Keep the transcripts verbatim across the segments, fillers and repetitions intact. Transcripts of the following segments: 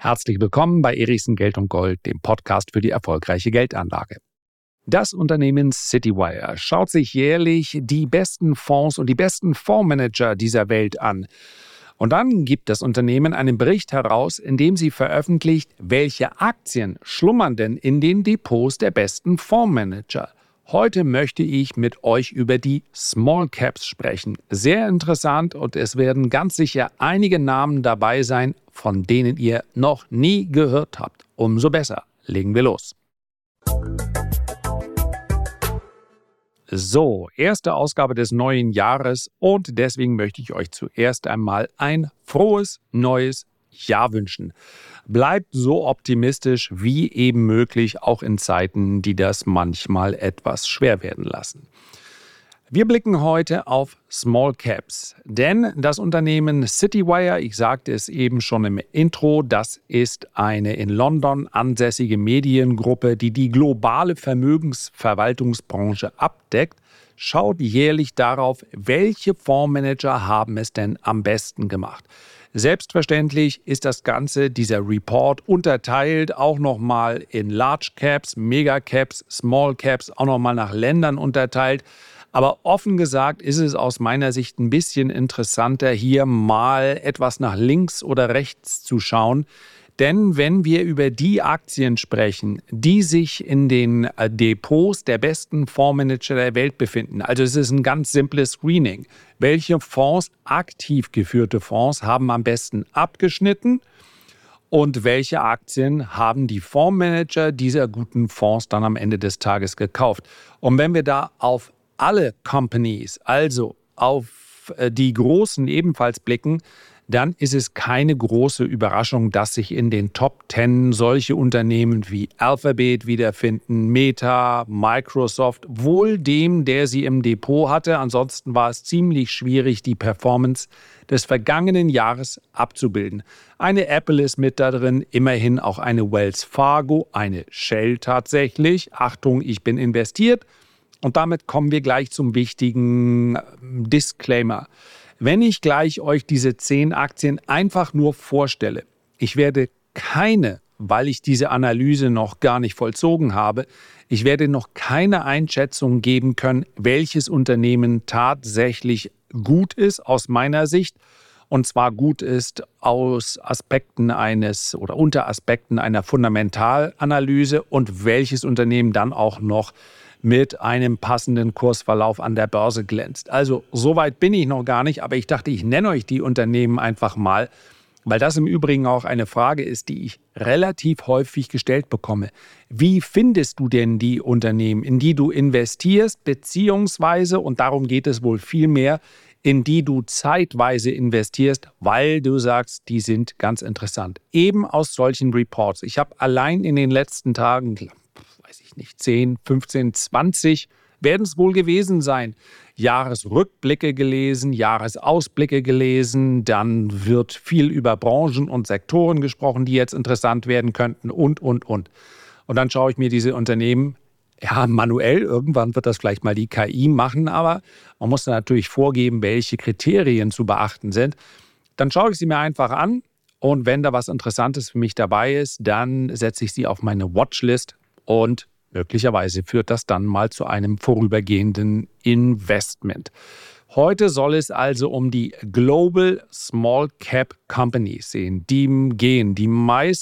Herzlich willkommen bei Erichsen Geld und Gold, dem Podcast für die erfolgreiche Geldanlage. Das Unternehmen Citywire schaut sich jährlich die besten Fonds und die besten Fondsmanager dieser Welt an. Und dann gibt das Unternehmen einen Bericht heraus, in dem sie veröffentlicht, welche Aktien schlummern denn in den Depots der besten Fondsmanager. Heute möchte ich mit euch über die Small Caps sprechen. Sehr interessant und es werden ganz sicher einige Namen dabei sein, von denen ihr noch nie gehört habt. Umso besser. Legen wir los. So, erste Ausgabe des neuen Jahres und deswegen möchte ich euch zuerst einmal ein frohes neues Jahr wünschen. Bleibt so optimistisch wie eben möglich, auch in Zeiten, die das manchmal etwas schwer werden lassen. Wir blicken heute auf Small Caps, denn das Unternehmen Citywire, ich sagte es eben schon im Intro, das ist eine in London ansässige Mediengruppe, die die globale Vermögensverwaltungsbranche abdeckt, schaut jährlich darauf, welche Fondsmanager haben es denn am besten gemacht. Selbstverständlich ist das Ganze, dieser Report, unterteilt auch nochmal in Large Caps, Mega Caps, Small Caps, auch nochmal nach Ländern unterteilt. Aber offen gesagt ist es aus meiner Sicht ein bisschen interessanter, hier mal etwas nach links oder rechts zu schauen. Denn wenn wir über die Aktien sprechen, die sich in den Depots der besten Fondsmanager der Welt befinden, also es ist ein ganz simples Screening. Welche Fonds, aktiv geführte Fonds, haben am besten abgeschnitten? Und welche Aktien haben die Fondsmanager dieser guten Fonds dann am Ende des Tages gekauft? Und wenn wir da auf alle Companies, also auf die Großen ebenfalls blicken, dann ist es keine große Überraschung, dass sich in den Top Ten solche Unternehmen wie Alphabet wiederfinden, Meta, Microsoft, wohl dem, der sie im Depot hatte. Ansonsten war es ziemlich schwierig, die Performance des vergangenen Jahres abzubilden. Eine Apple ist mit da drin, immerhin auch eine Wells Fargo, eine Shell tatsächlich. Achtung, ich bin investiert. Und damit kommen wir gleich zum wichtigen Disclaimer. Wenn ich gleich euch diese zehn Aktien einfach nur vorstelle, ich werde keine, weil ich diese Analyse noch gar nicht vollzogen habe, ich werde noch keine Einschätzung geben können, welches Unternehmen tatsächlich gut ist aus meiner Sicht. Und zwar gut ist aus Aspekten eines oder unter Aspekten einer Fundamentalanalyse und welches Unternehmen dann auch noch mit einem passenden Kursverlauf an der Börse glänzt. Also so weit bin ich noch gar nicht, aber ich dachte, ich nenne euch die Unternehmen einfach mal, weil das im Übrigen auch eine Frage ist, die ich relativ häufig gestellt bekomme. Wie findest du denn die Unternehmen, in die du investierst, beziehungsweise, und darum geht es wohl viel mehr, in die du zeitweise investierst, weil du sagst, die sind ganz interessant. Eben aus solchen Reports. Ich habe allein in den letzten Tagen, weiß ich nicht, zehn, fünfzehn, zwanzig werden es wohl gewesen sein, Jahresrückblicke gelesen, Jahresausblicke gelesen, dann wird viel über Branchen und Sektoren gesprochen, die jetzt interessant werden könnten und, und, und. Und dann schaue ich mir diese Unternehmen, ja, manuell, irgendwann wird das vielleicht mal die K I machen, aber man muss natürlich vorgeben, welche Kriterien zu beachten sind. Dann schaue ich sie mir einfach an und wenn da was Interessantes für mich dabei ist, dann setze ich sie auf meine Watchlist. Und möglicherweise führt das dann mal zu einem vorübergehenden Investment. Heute soll es also um die Global Small Cap Companies gehen. Die gehen die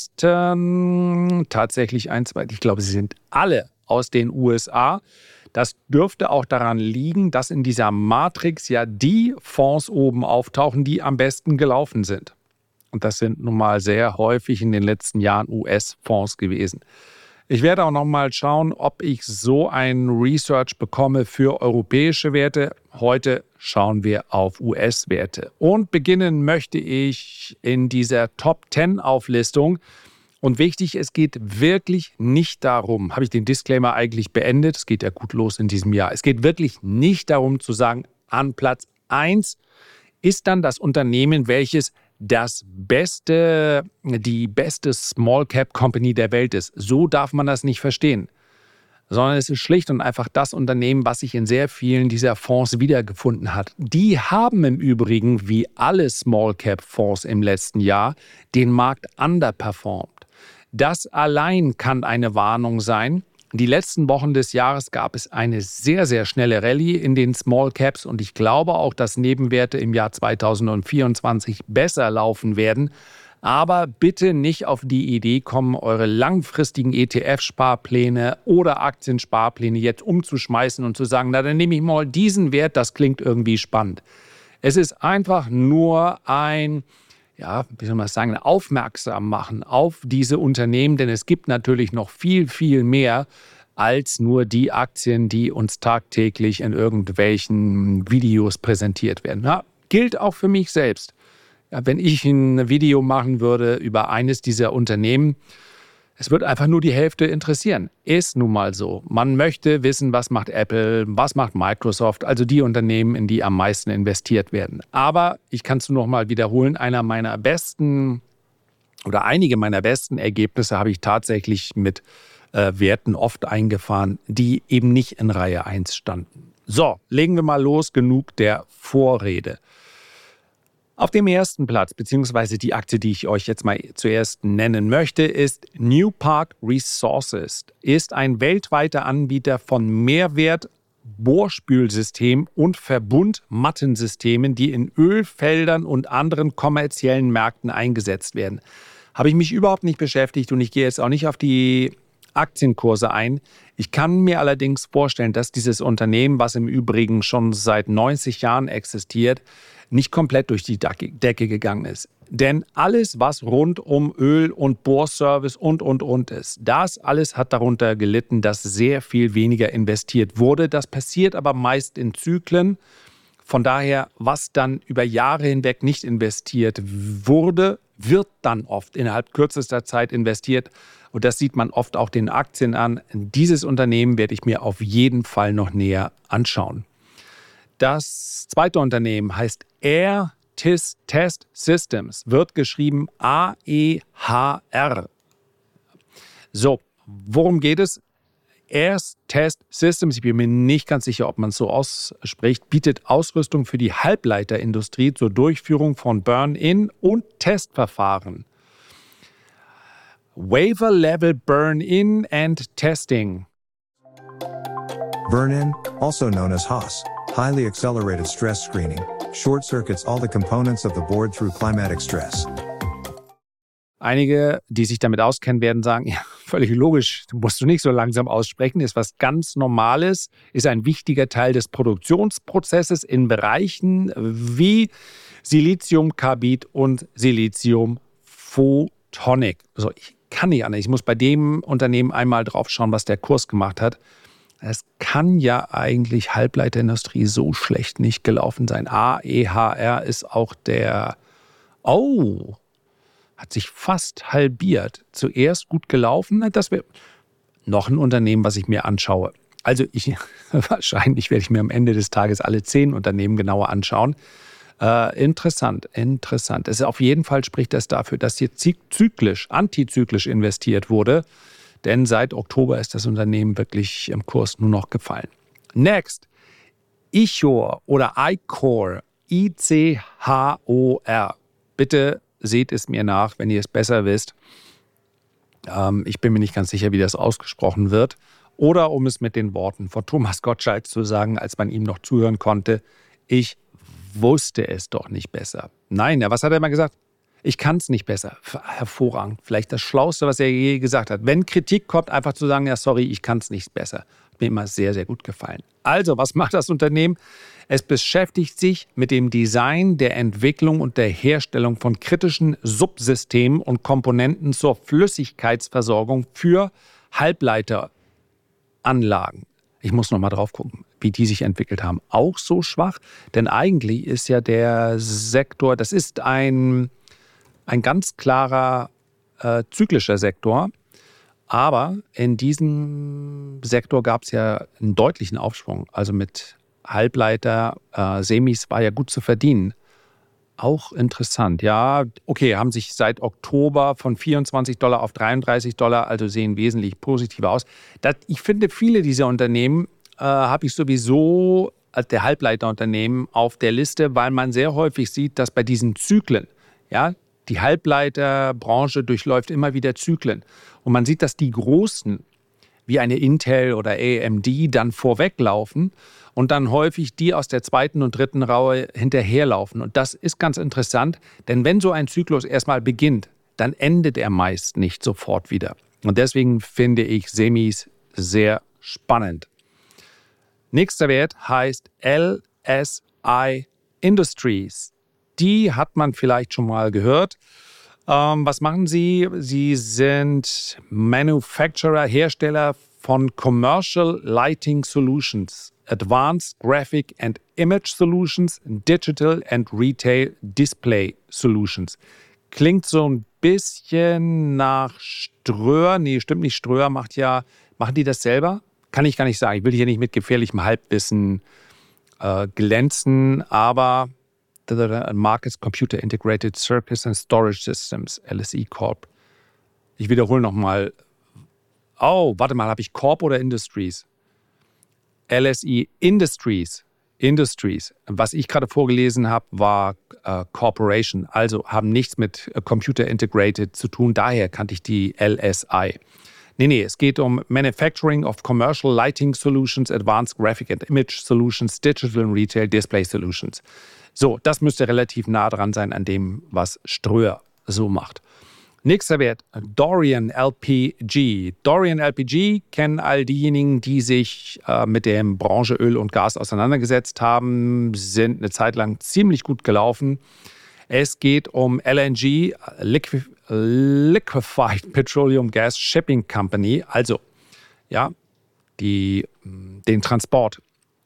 meisten tatsächlich ein, zwei, ich glaube, sie sind alle aus den U S A. Das dürfte auch daran liegen, dass in dieser Matrix ja die Fonds oben auftauchen, die am besten gelaufen sind. Und das sind nun mal sehr häufig in den letzten Jahren U S-Fonds gewesen. Ich werde auch noch mal schauen, ob ich so ein Research bekomme für europäische Werte. Heute schauen wir auf U S-Werte. Und beginnen möchte ich in dieser Top zehn Auflistung. Und wichtig, es geht wirklich nicht darum, habe ich den Disclaimer eigentlich beendet, es geht ja gut los in diesem Jahr. Es geht wirklich nicht darum zu sagen, an Platz eins ist dann das Unternehmen, welches das beste, die beste Small Cap Company der Welt ist. So darf man das nicht verstehen. sondern es ist schlicht und einfach das Unternehmen, was sich in sehr vielen dieser Fonds wiedergefunden hat. Die haben im Übrigen, wie alle Small-Cap-Fonds im letzten Jahr, den Markt underperformed. Das allein kann eine Warnung sein. Die letzten Wochen des Jahres gab es eine sehr, sehr schnelle Rallye in den Small Caps und ich glaube auch, dass Nebenwerte im Jahr zweitausendvierundzwanzig besser laufen werden. Aber bitte nicht auf die Idee kommen, eure langfristigen E T F-Sparpläne oder Aktiensparpläne jetzt umzuschmeißen und zu sagen, na dann nehme ich mal diesen Wert, das klingt irgendwie spannend. Es ist einfach nur ein, ja, wie soll man das sagen, aufmerksam machen auf diese Unternehmen, denn es gibt natürlich noch viel, viel mehr als nur die Aktien, die uns tagtäglich in irgendwelchen Videos präsentiert werden. Ja, gilt auch für mich selbst. Ja, wenn ich ein Video machen würde über eines dieser Unternehmen, es wird einfach nur die Hälfte interessieren. Ist nun mal so. Man möchte wissen, was macht Apple, was macht Microsoft, also die Unternehmen, in die am meisten investiert werden. Aber ich kann es nur noch mal wiederholen, einer meiner besten oder einige meiner besten Ergebnisse habe ich tatsächlich mit äh, Werten oft eingefahren, die eben nicht in Reihe eins standen. So, legen wir mal los, genug der Vorrede. Auf dem ersten Platz, beziehungsweise die Aktie, die ich euch jetzt mal zuerst nennen möchte, ist Newpark Resources. Ist ein weltweiter Anbieter von Mehrwert, Bohrspülsystemen und Verbundmattensystemen, die in Ölfeldern und anderen kommerziellen Märkten eingesetzt werden. Habe ich mich überhaupt nicht beschäftigt und ich gehe jetzt auch nicht auf die Aktienkurse ein. Ich kann mir allerdings vorstellen, dass dieses Unternehmen, was im Übrigen schon seit neunzig Jahren existiert, nicht komplett durch die Decke gegangen ist. Denn alles, was rund um Öl- und Bohrservice und, und, und ist, das alles hat darunter gelitten, dass sehr viel weniger investiert wurde. Das passiert aber meist in Zyklen. Von daher, was dann über Jahre hinweg nicht investiert wurde, wird dann oft innerhalb kürzester Zeit investiert. Und das sieht man oft auch den Aktien an. Dieses Unternehmen werde ich mir auf jeden Fall noch näher anschauen. Das zweite Unternehmen heißt Air Test Systems, wird geschrieben A E H R. So, worum geht es? Air Test Systems, ich bin mir nicht ganz sicher, ob man es so ausspricht, bietet Ausrüstung für die Halbleiterindustrie zur Durchführung von Burn-in- und Testverfahren. Wafer Level Burn-in and Testing. Burn-in, also known as H A S, highly accelerated stress screening, short circuits all the components of the board through climatic stress. Einige, die sich damit auskennen, werden sagen, ja, völlig logisch, musst du nicht so langsam aussprechen, ist was ganz Normales, ist ein wichtiger Teil des Produktionsprozesses in Bereichen wie Siliziumkarbid und Siliziumphotonic. Also ich kann nicht anders, ich muss bei dem Unternehmen einmal drauf schauen, was der Kurs gemacht hat. Es kann ja eigentlich Halbleiterindustrie so schlecht nicht gelaufen sein. A E H R ist auch der, oh, hat sich fast halbiert. Zuerst gut gelaufen, das wäre noch ein Unternehmen, was ich mir anschaue. Also ich, wahrscheinlich werde ich mir am Ende des Tages alle zehn Unternehmen genauer anschauen. Äh, interessant, interessant. Es ist auf jeden Fall spricht das dafür, dass hier zyklisch, antizyklisch investiert wurde. Denn seit Oktober ist das Unternehmen wirklich im Kurs nur noch gefallen. Next, Ichor oder Ichor, I C H O R. Bitte seht es mir nach, wenn ihr es besser wisst. Ähm, ich bin mir nicht ganz sicher, wie das ausgesprochen wird. Oder um es mit den Worten von Thomas Gottschalk zu sagen, als man ihm noch zuhören konnte, ich wusste es doch nicht besser. Nein, ja, was hat er mal gesagt? Ich kann es nicht besser. Hervorragend. Vielleicht das Schlauste, was er je gesagt hat. Wenn Kritik kommt, einfach zu sagen, ja, sorry, ich kann es nicht besser. Hat mir immer sehr, sehr gut gefallen. Also, was macht das Unternehmen? Es beschäftigt sich mit dem Design, der Entwicklung und der Herstellung von kritischen Subsystemen und Komponenten zur Flüssigkeitsversorgung für Halbleiteranlagen. Ich muss noch mal drauf gucken, wie die sich entwickelt haben. Auch so schwach, denn eigentlich ist ja der Sektor, das ist ein Ein ganz klarer äh, zyklischer Sektor. Aber in diesem Sektor gab es ja einen deutlichen Aufschwung. Also mit Halbleiter, äh, Semis war ja gut zu verdienen. Auch interessant. Ja, okay, haben sich seit Oktober von vierundzwanzig Dollar auf dreiunddreißig Dollar, also sehen wesentlich positiver aus. Das, ich finde, viele dieser Unternehmen äh, habe ich sowieso als der Halbleiterunternehmen auf der Liste, weil man sehr häufig sieht, dass bei diesen Zyklen, ja, die Halbleiterbranche durchläuft immer wieder Zyklen. Und man sieht, dass die Großen wie eine Intel oder A M D dann vorweglaufen und dann häufig die aus der zweiten und dritten Reihe hinterherlaufen. Und das ist ganz interessant, denn wenn so ein Zyklus erstmal beginnt, dann endet er meist nicht sofort wieder. Und deswegen finde ich Semis sehr spannend. Nächster Wert heißt L S I Industries. Die hat man vielleicht schon mal gehört. Ähm, was machen sie? Sie sind Manufacturer, Hersteller von Commercial Lighting Solutions, Advanced Graphic and Image Solutions, Digital and Retail Display Solutions. Klingt so ein bisschen nach Ströer. Nee, stimmt nicht. Ströer macht ja, machen die das selber? Kann ich gar nicht sagen. Ich will hier nicht mit gefährlichem Halbwissen äh, glänzen, aber Markets Computer Integrated Circuits and Storage Systems, L S I Corp. Ich wiederhole nochmal. Oh, warte mal, habe ich Corp oder Industries? L S I Industries. Industries. Was ich gerade vorgelesen habe, war äh, Corporation, also haben nichts mit äh, Computer Integrated zu tun. Daher kannte ich die L S I. Nee, nee, es geht um Manufacturing of Commercial Lighting Solutions, Advanced Graphic and Image Solutions, Digital and Retail Display Solutions. So, das müsste relativ nah dran sein an dem, was Ströer so macht. Nächster Wert, Dorian L P G. Dorian L P G kennen all diejenigen, die sich äh, mit der Branche Öl und Gas auseinandergesetzt haben, sind eine Zeit lang ziemlich gut gelaufen. Es geht um L N G, Liqui- Liquefied Petroleum Gas Shipping Company, also ja, die, den Transport.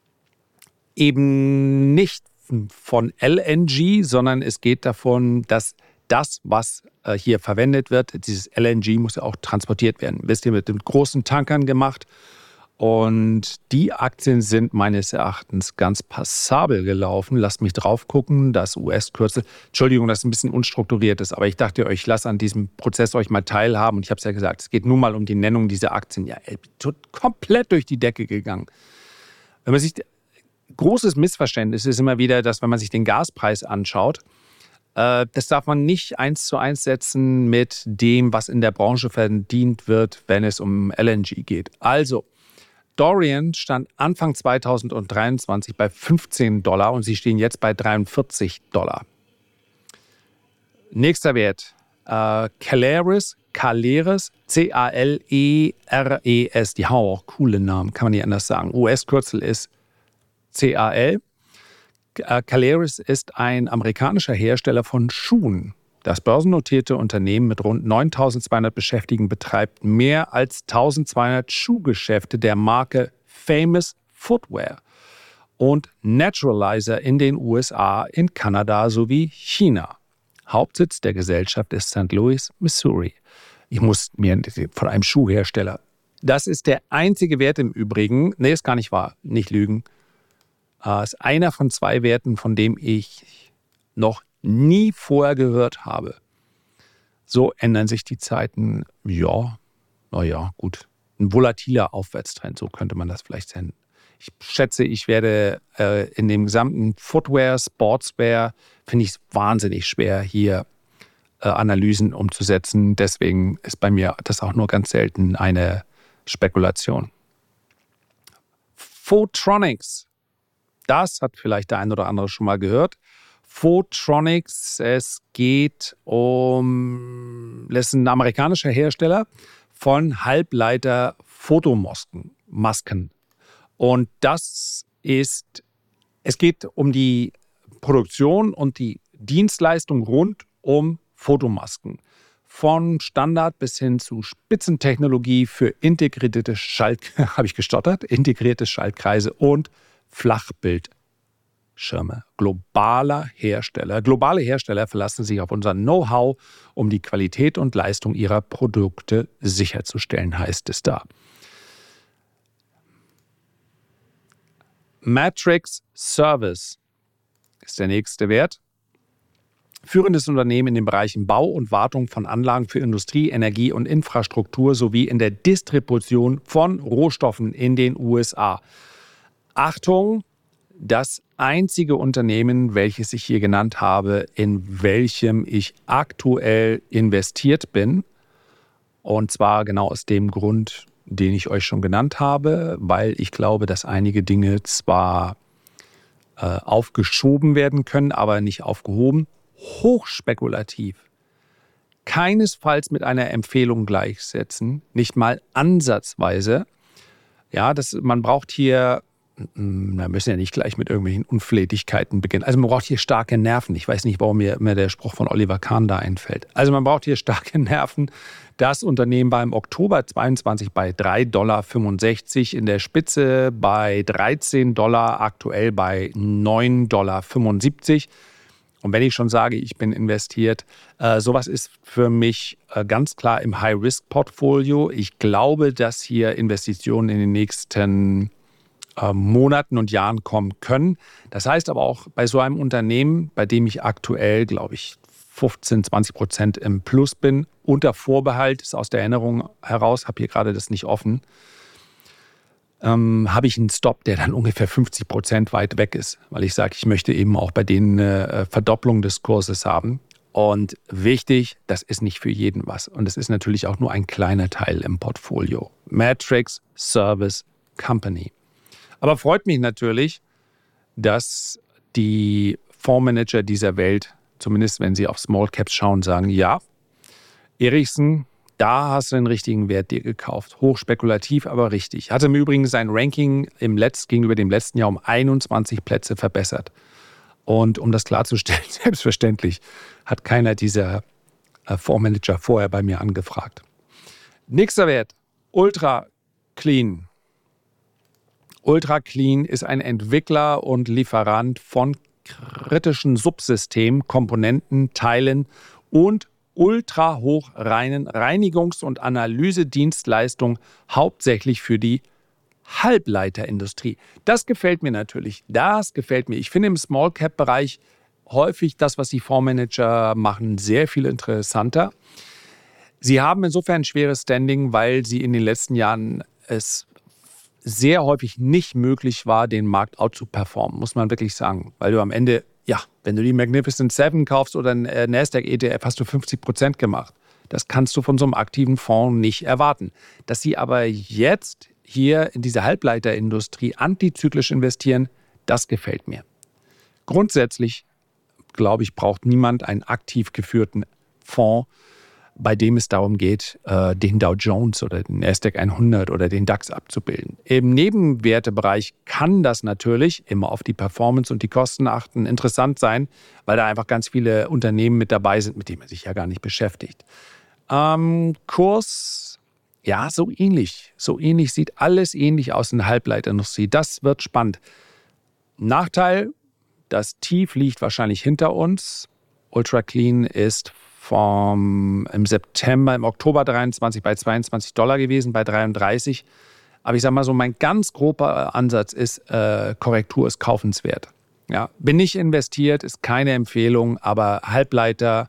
Eben nicht von L N G, sondern es geht davon, dass das, was äh, hier verwendet wird, dieses L N G muss ja auch transportiert werden. Wisst ihr, mit den großen Tankern gemacht. Und die Aktien sind meines Erachtens ganz passabel gelaufen. Lasst mich drauf gucken, das U S-Kürzel. Entschuldigung, dass es ein bisschen unstrukturiert ist, aber ich dachte euch, ich lasse an diesem Prozess euch mal teilhaben. Und ich habe es ja gesagt, es geht nun mal um die Nennung dieser Aktien. Ja, komplett durch die Decke gegangen. Wenn man sich, großes Missverständnis ist immer wieder, dass wenn man sich den Gaspreis anschaut, äh, das darf man nicht eins zu eins setzen mit dem, was in der Branche verdient wird, wenn es um L N G geht. Also, Dorian stand Anfang zweitausenddreiundzwanzig bei fünfzehn Dollar und sie stehen jetzt bei dreiundvierzig Dollar. Nächster Wert, äh, Caleres, Caleres, C A L E R E S. Die haben auch coole Namen, kann man nicht anders sagen. U S-Kürzel ist C A L. Äh, Caleres ist ein amerikanischer Hersteller von Schuhen. Das börsennotierte Unternehmen mit rund neuntausendzweihundert Beschäftigten betreibt mehr als eintausendzweihundert Schuhgeschäfte der Marke Famous Footwear und Naturalizer in den U S A, in Kanada sowie China. Hauptsitz der Gesellschaft ist Sankt Louis, Missouri. Ich muss mir von einem Schuhhersteller. Das ist der einzige Wert im Übrigen. Nee, ist gar nicht wahr. Nicht lügen. Das ist einer von zwei Werten, von dem ich noch nie vorher gehört habe. So ändern sich die Zeiten. Ja, naja, gut. Ein volatiler Aufwärtstrend, so könnte man das vielleicht nennen. Ich schätze, ich werde äh, in dem gesamten Footwear, Sportswear, finde ich es wahnsinnig schwer, hier äh, Analysen umzusetzen. Deswegen ist bei mir das auch nur ganz selten eine Spekulation. Photronics. Das hat vielleicht der ein oder andere schon mal gehört. Photronics, es geht um, das ist ein amerikanischer Hersteller von Halbleiter-Fotomasken. Masken. Und das ist, es geht um die Produktion und die Dienstleistung rund um Fotomasken. Von Standard bis hin zu Spitzentechnologie für integrierte Schalt, habe ich gestottert, integrierte Schaltkreise und Flachbildschirme. Globaler Hersteller. Globale Hersteller verlassen sich auf unser Know-how, um die Qualität und Leistung ihrer Produkte sicherzustellen, heißt es da. Matrix Service ist der nächste Wert. Führendes Unternehmen in den Bereichen Bau und Wartung von Anlagen für Industrie, Energie und Infrastruktur sowie in der Distribution von Rohstoffen in den U S A. Achtung, das einzige Unternehmen, welches ich hier genannt habe, in welchem ich aktuell investiert bin. Und zwar genau aus dem Grund, den ich euch schon genannt habe, weil ich glaube, dass einige Dinge zwar äh, aufgeschoben werden können, aber nicht aufgehoben. Hochspekulativ. Keinesfalls mit einer Empfehlung gleichsetzen, nicht mal ansatzweise. Ja, das, man braucht hier, wir müssen ja nicht gleich mit irgendwelchen Unflätigkeiten beginnen. Also man braucht hier starke Nerven. Ich weiß nicht, warum mir immer der Spruch von Oliver Kahn da einfällt. Also man braucht hier starke Nerven. Das Unternehmen war im Oktober zweiundzwanzig bei drei Komma fünfundsechzig Dollar, in der Spitze bei dreizehn Dollar, aktuell bei neun Komma fünfundsiebzig Dollar. Und wenn ich schon sage, ich bin investiert, äh, sowas ist für mich äh, ganz klar im High-Risk-Portfolio. Ich glaube, dass hier Investitionen in den nächsten äh, Monaten und Jahren kommen können. Das heißt aber auch bei so einem Unternehmen, bei dem ich aktuell, glaube ich, fünfzehn, zwanzig Prozent im Plus bin, unter Vorbehalt, ist aus der Erinnerung heraus, habe hier gerade das nicht offen, Ähm, habe ich einen Stop, der dann ungefähr fünfzig Prozent weit weg ist, weil ich sage, ich möchte eben auch bei denen eine Verdopplung des Kurses haben. Und wichtig, das ist nicht für jeden was. Und es ist natürlich auch nur ein kleiner Teil im Portfolio. Matrix Service Company. Aber freut mich natürlich, dass die Fondsmanager dieser Welt, zumindest wenn sie auf Small Caps schauen, sagen, ja, Erichsen, da hast du den richtigen Wert dir gekauft. Hochspekulativ, aber richtig. Hatte im Übrigen sein Ranking im Letz, gegenüber dem letzten Jahr um einundzwanzig Plätze verbessert. Und um das klarzustellen, selbstverständlich hat keiner dieser äh, Fondsmanager vorher bei mir angefragt. Nächster Wert, Ultra Clean. Ultra Clean ist ein Entwickler und Lieferant von kritischen Subsystemen, Komponenten, Teilen und ultrahochreinen Reinigungs- und Analysedienstleistungen, hauptsächlich für die Halbleiterindustrie. Das gefällt mir natürlich. Das gefällt mir. Ich finde im Small-Cap-Bereich häufig das, was die Fondsmanager machen, sehr viel interessanter. Sie haben insofern ein schweres Standing, weil sie in den letzten Jahren es sehr häufig nicht möglich war, den Markt out zu performen, muss man wirklich sagen. Weil du am Ende, ja, wenn du die Magnificent Seven kaufst oder ein Nasdaq E T F, hast du fünfzig Prozent gemacht. Das kannst du von so einem aktiven Fonds nicht erwarten. Dass sie aber jetzt hier in diese Halbleiterindustrie antizyklisch investieren, das gefällt mir. Grundsätzlich, glaube ich, braucht niemand einen aktiv geführten Fonds, bei dem es darum geht, den Dow Jones oder den Nasdaq hundert oder den DAX abzubilden. Im Nebenwertebereich kann das natürlich, immer auf die Performance und die Kosten achten, interessant sein, weil da einfach ganz viele Unternehmen mit dabei sind, mit denen man sich ja gar nicht beschäftigt. Ähm, Kurs, ja, so ähnlich. So ähnlich, sieht alles ähnlich aus in der Halbleiterindustrie. Das wird spannend. Nachteil, das Tief liegt wahrscheinlich hinter uns. Ultra Clean ist vom, im September, im Oktober dreiundzwanzig bei zweiundzwanzig Dollar gewesen, bei dreiunddreißig. Aber ich sage mal so, mein ganz grober Ansatz ist, äh, Korrektur ist kaufenswert. Ja, bin nicht investiert, ist keine Empfehlung, aber Halbleiter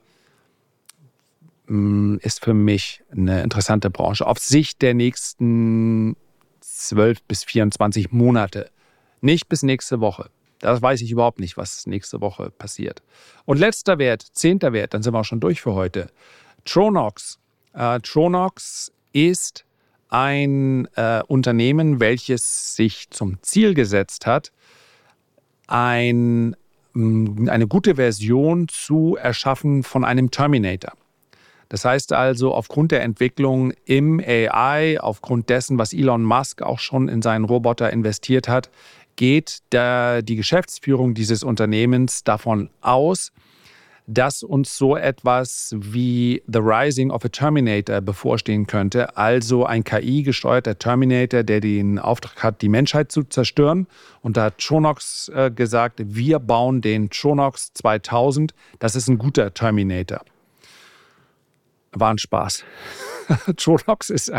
mh, ist für mich eine interessante Branche. Auf Sicht der nächsten zwölf bis vierundzwanzig Monate. Nicht bis nächste Woche. Das weiß ich überhaupt nicht, was nächste Woche passiert. Und letzter Wert, zehnter Wert, dann sind wir auch schon durch für heute. Tronox. Äh, Tronox ist ein äh, Unternehmen, welches sich zum Ziel gesetzt hat, ein, mh, eine gute Version zu erschaffen von einem Terminator. Das heißt also, aufgrund der Entwicklung im A I, aufgrund dessen, was Elon Musk auch schon in seinen Roboter investiert hat, geht der, die Geschäftsführung dieses Unternehmens davon aus, dass uns so etwas wie The Rising of a Terminator bevorstehen könnte. Also ein K I-gesteuerter Terminator, der den Auftrag hat, die Menschheit zu zerstören. Und da hat Tronox äh, gesagt, wir bauen den Tronox zweitausend. Das ist ein guter Terminator. War ein Spaß. Tronox ist ein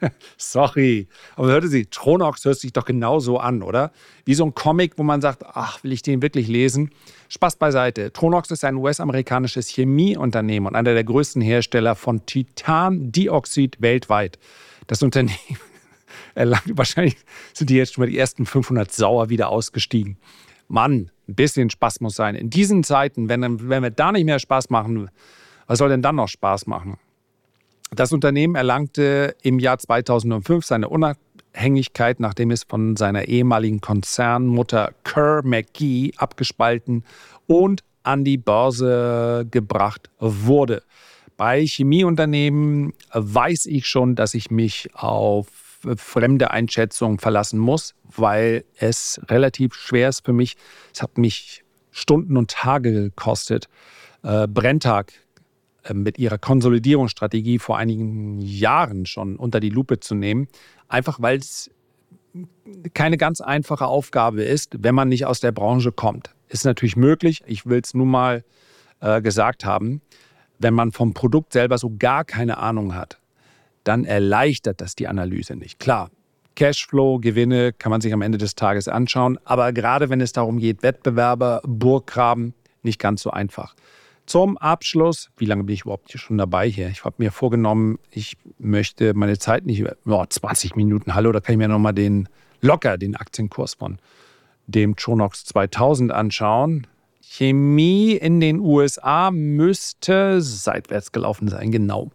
Sorry, aber hörte Sie, Tronox hört sich doch genauso an, oder? Wie so ein Comic, wo man sagt, ach, will ich den wirklich lesen? Spaß beiseite. Tronox ist ein U S-amerikanisches Chemieunternehmen und einer der größten Hersteller von Titandioxid weltweit. Das Unternehmen erlangt, wahrscheinlich sind die jetzt schon mal die ersten fünfhundert sauer wieder ausgestiegen. Mann, ein bisschen Spaß muss sein. In diesen Zeiten, wenn, wenn wir da nicht mehr Spaß machen, was soll denn dann noch Spaß machen? Das Unternehmen erlangte im Jahr zweitausendfünf seine Unabhängigkeit, nachdem es von seiner ehemaligen Konzernmutter Kerr McGee abgespalten und an die Börse gebracht wurde. Bei Chemieunternehmen weiß ich schon, dass ich mich auf fremde Einschätzungen verlassen muss, weil es relativ schwer ist für mich. Es hat mich Stunden und Tage gekostet, äh, Brenntag mit ihrer Konsolidierungsstrategie vor einigen Jahren schon unter die Lupe zu nehmen. Einfach weil es keine ganz einfache Aufgabe ist, wenn man nicht aus der Branche kommt. Ist natürlich möglich, ich will es nun mal äh, gesagt haben, wenn man vom Produkt selber so gar keine Ahnung hat, dann erleichtert das die Analyse nicht. Klar, Cashflow, Gewinne kann man sich am Ende des Tages anschauen, aber gerade wenn es darum geht, Wettbewerber, Burggraben, nicht ganz so einfach. Zum Abschluss, wie lange bin ich überhaupt hier schon dabei hier? Ich habe mir vorgenommen, ich möchte meine Zeit nicht über oh, zwanzig Minuten, hallo, da kann ich mir nochmal den, locker den Aktienkurs von dem Tronox zweitausend anschauen. Chemie in den U S A müsste seitwärts gelaufen sein, genau.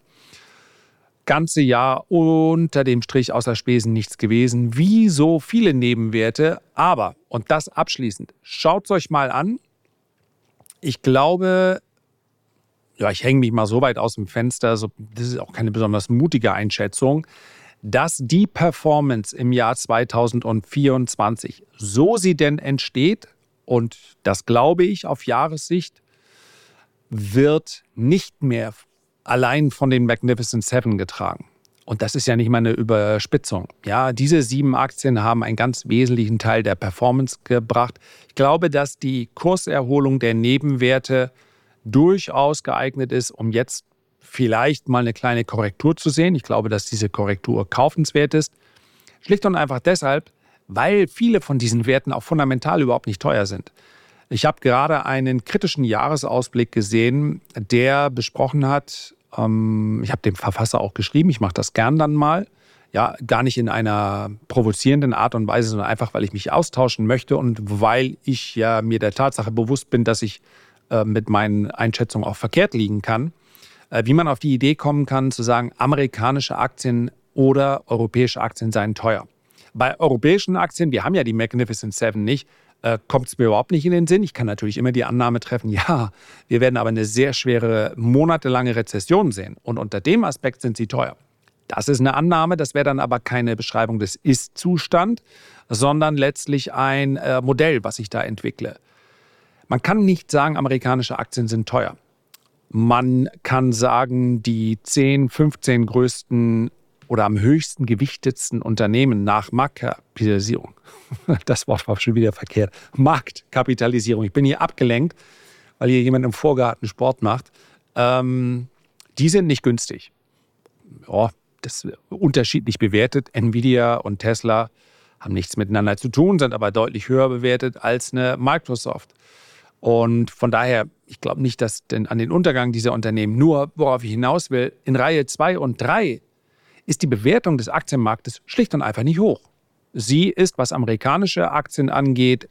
Ganze Jahr unter dem Strich außer Spesen nichts gewesen, wie so viele Nebenwerte. Aber, und das abschließend, schaut es euch mal an. Ich glaube, ja, ich hänge mich mal so weit aus dem Fenster, so, das ist auch keine besonders mutige Einschätzung, dass die Performance im Jahr zweitausendvierundzwanzig, so sie denn entsteht, und das glaube ich auf Jahressicht, wird nicht mehr allein von den Magnificent Seven getragen. Und das ist ja nicht mal eine Überspitzung. Ja, diese sieben Aktien haben einen ganz wesentlichen Teil der Performance gebracht. Ich glaube, dass die Kurserholung der Nebenwerte durchaus geeignet ist, um jetzt vielleicht mal eine kleine Korrektur zu sehen. Ich glaube, dass diese Korrektur kaufenswert ist. Schlicht und einfach deshalb, weil viele von diesen Werten auch fundamental überhaupt nicht teuer sind. Ich habe gerade einen kritischen Jahresausblick gesehen, der besprochen hat, ähm, ich habe dem Verfasser auch geschrieben, ich mache das gern dann mal, ja, gar nicht in einer provozierenden Art und Weise, sondern einfach, weil ich mich austauschen möchte und weil ich ja mir der Tatsache bewusst bin, dass ich äh, mit meinen Einschätzungen auch verkehrt liegen kann, äh, wie man auf die Idee kommen kann, zu sagen, amerikanische Aktien oder europäische Aktien seien teuer. Bei europäischen Aktien, wir haben ja die Magnificent Seven nicht, äh, kommt es mir überhaupt nicht in den Sinn. Ich kann natürlich immer die Annahme treffen, ja, wir werden aber eine sehr schwere, monatelange Rezession sehen. Und unter dem Aspekt sind sie teuer. Das ist eine Annahme, das wäre dann aber keine Beschreibung des Ist-Zustand, sondern letztlich ein äh, Modell, was ich da entwickle. Man kann nicht sagen, amerikanische Aktien sind teuer. Man kann sagen, die zehn, fünfzehn größten oder am höchsten gewichtetsten Unternehmen nach Marktkapitalisierung, das Wort war schon wieder verkehrt, Marktkapitalisierung, ich bin hier abgelenkt, weil hier jemand im Vorgarten Sport macht, ähm, die sind nicht günstig. Ja, das ist unterschiedlich bewertet. Nvidia und Tesla haben nichts miteinander zu tun, sind aber deutlich höher bewertet als eine Microsoft. Und von daher, ich glaube nicht, dass denn an den Untergang dieser Unternehmen, nur worauf ich hinaus will, in Reihe zwei und drei ist die Bewertung des Aktienmarktes schlicht und einfach nicht hoch. Sie ist, was amerikanische Aktien angeht,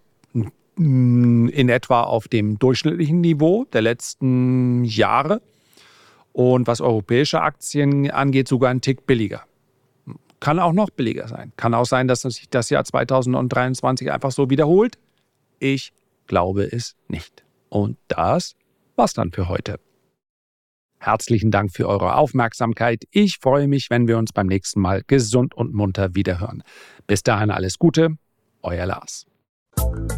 in etwa auf dem durchschnittlichen Niveau der letzten Jahre. Und was europäische Aktien angeht, sogar ein Tick billiger. Kann auch noch billiger sein. Kann auch sein, dass sich das Jahr zweitausenddreiundzwanzig einfach so wiederholt. Ich glaube es nicht. Und das war's dann für heute. Herzlichen Dank für eure Aufmerksamkeit. Ich freue mich, wenn wir uns beim nächsten Mal gesund und munter wiederhören. Bis dahin alles Gute, euer Lars.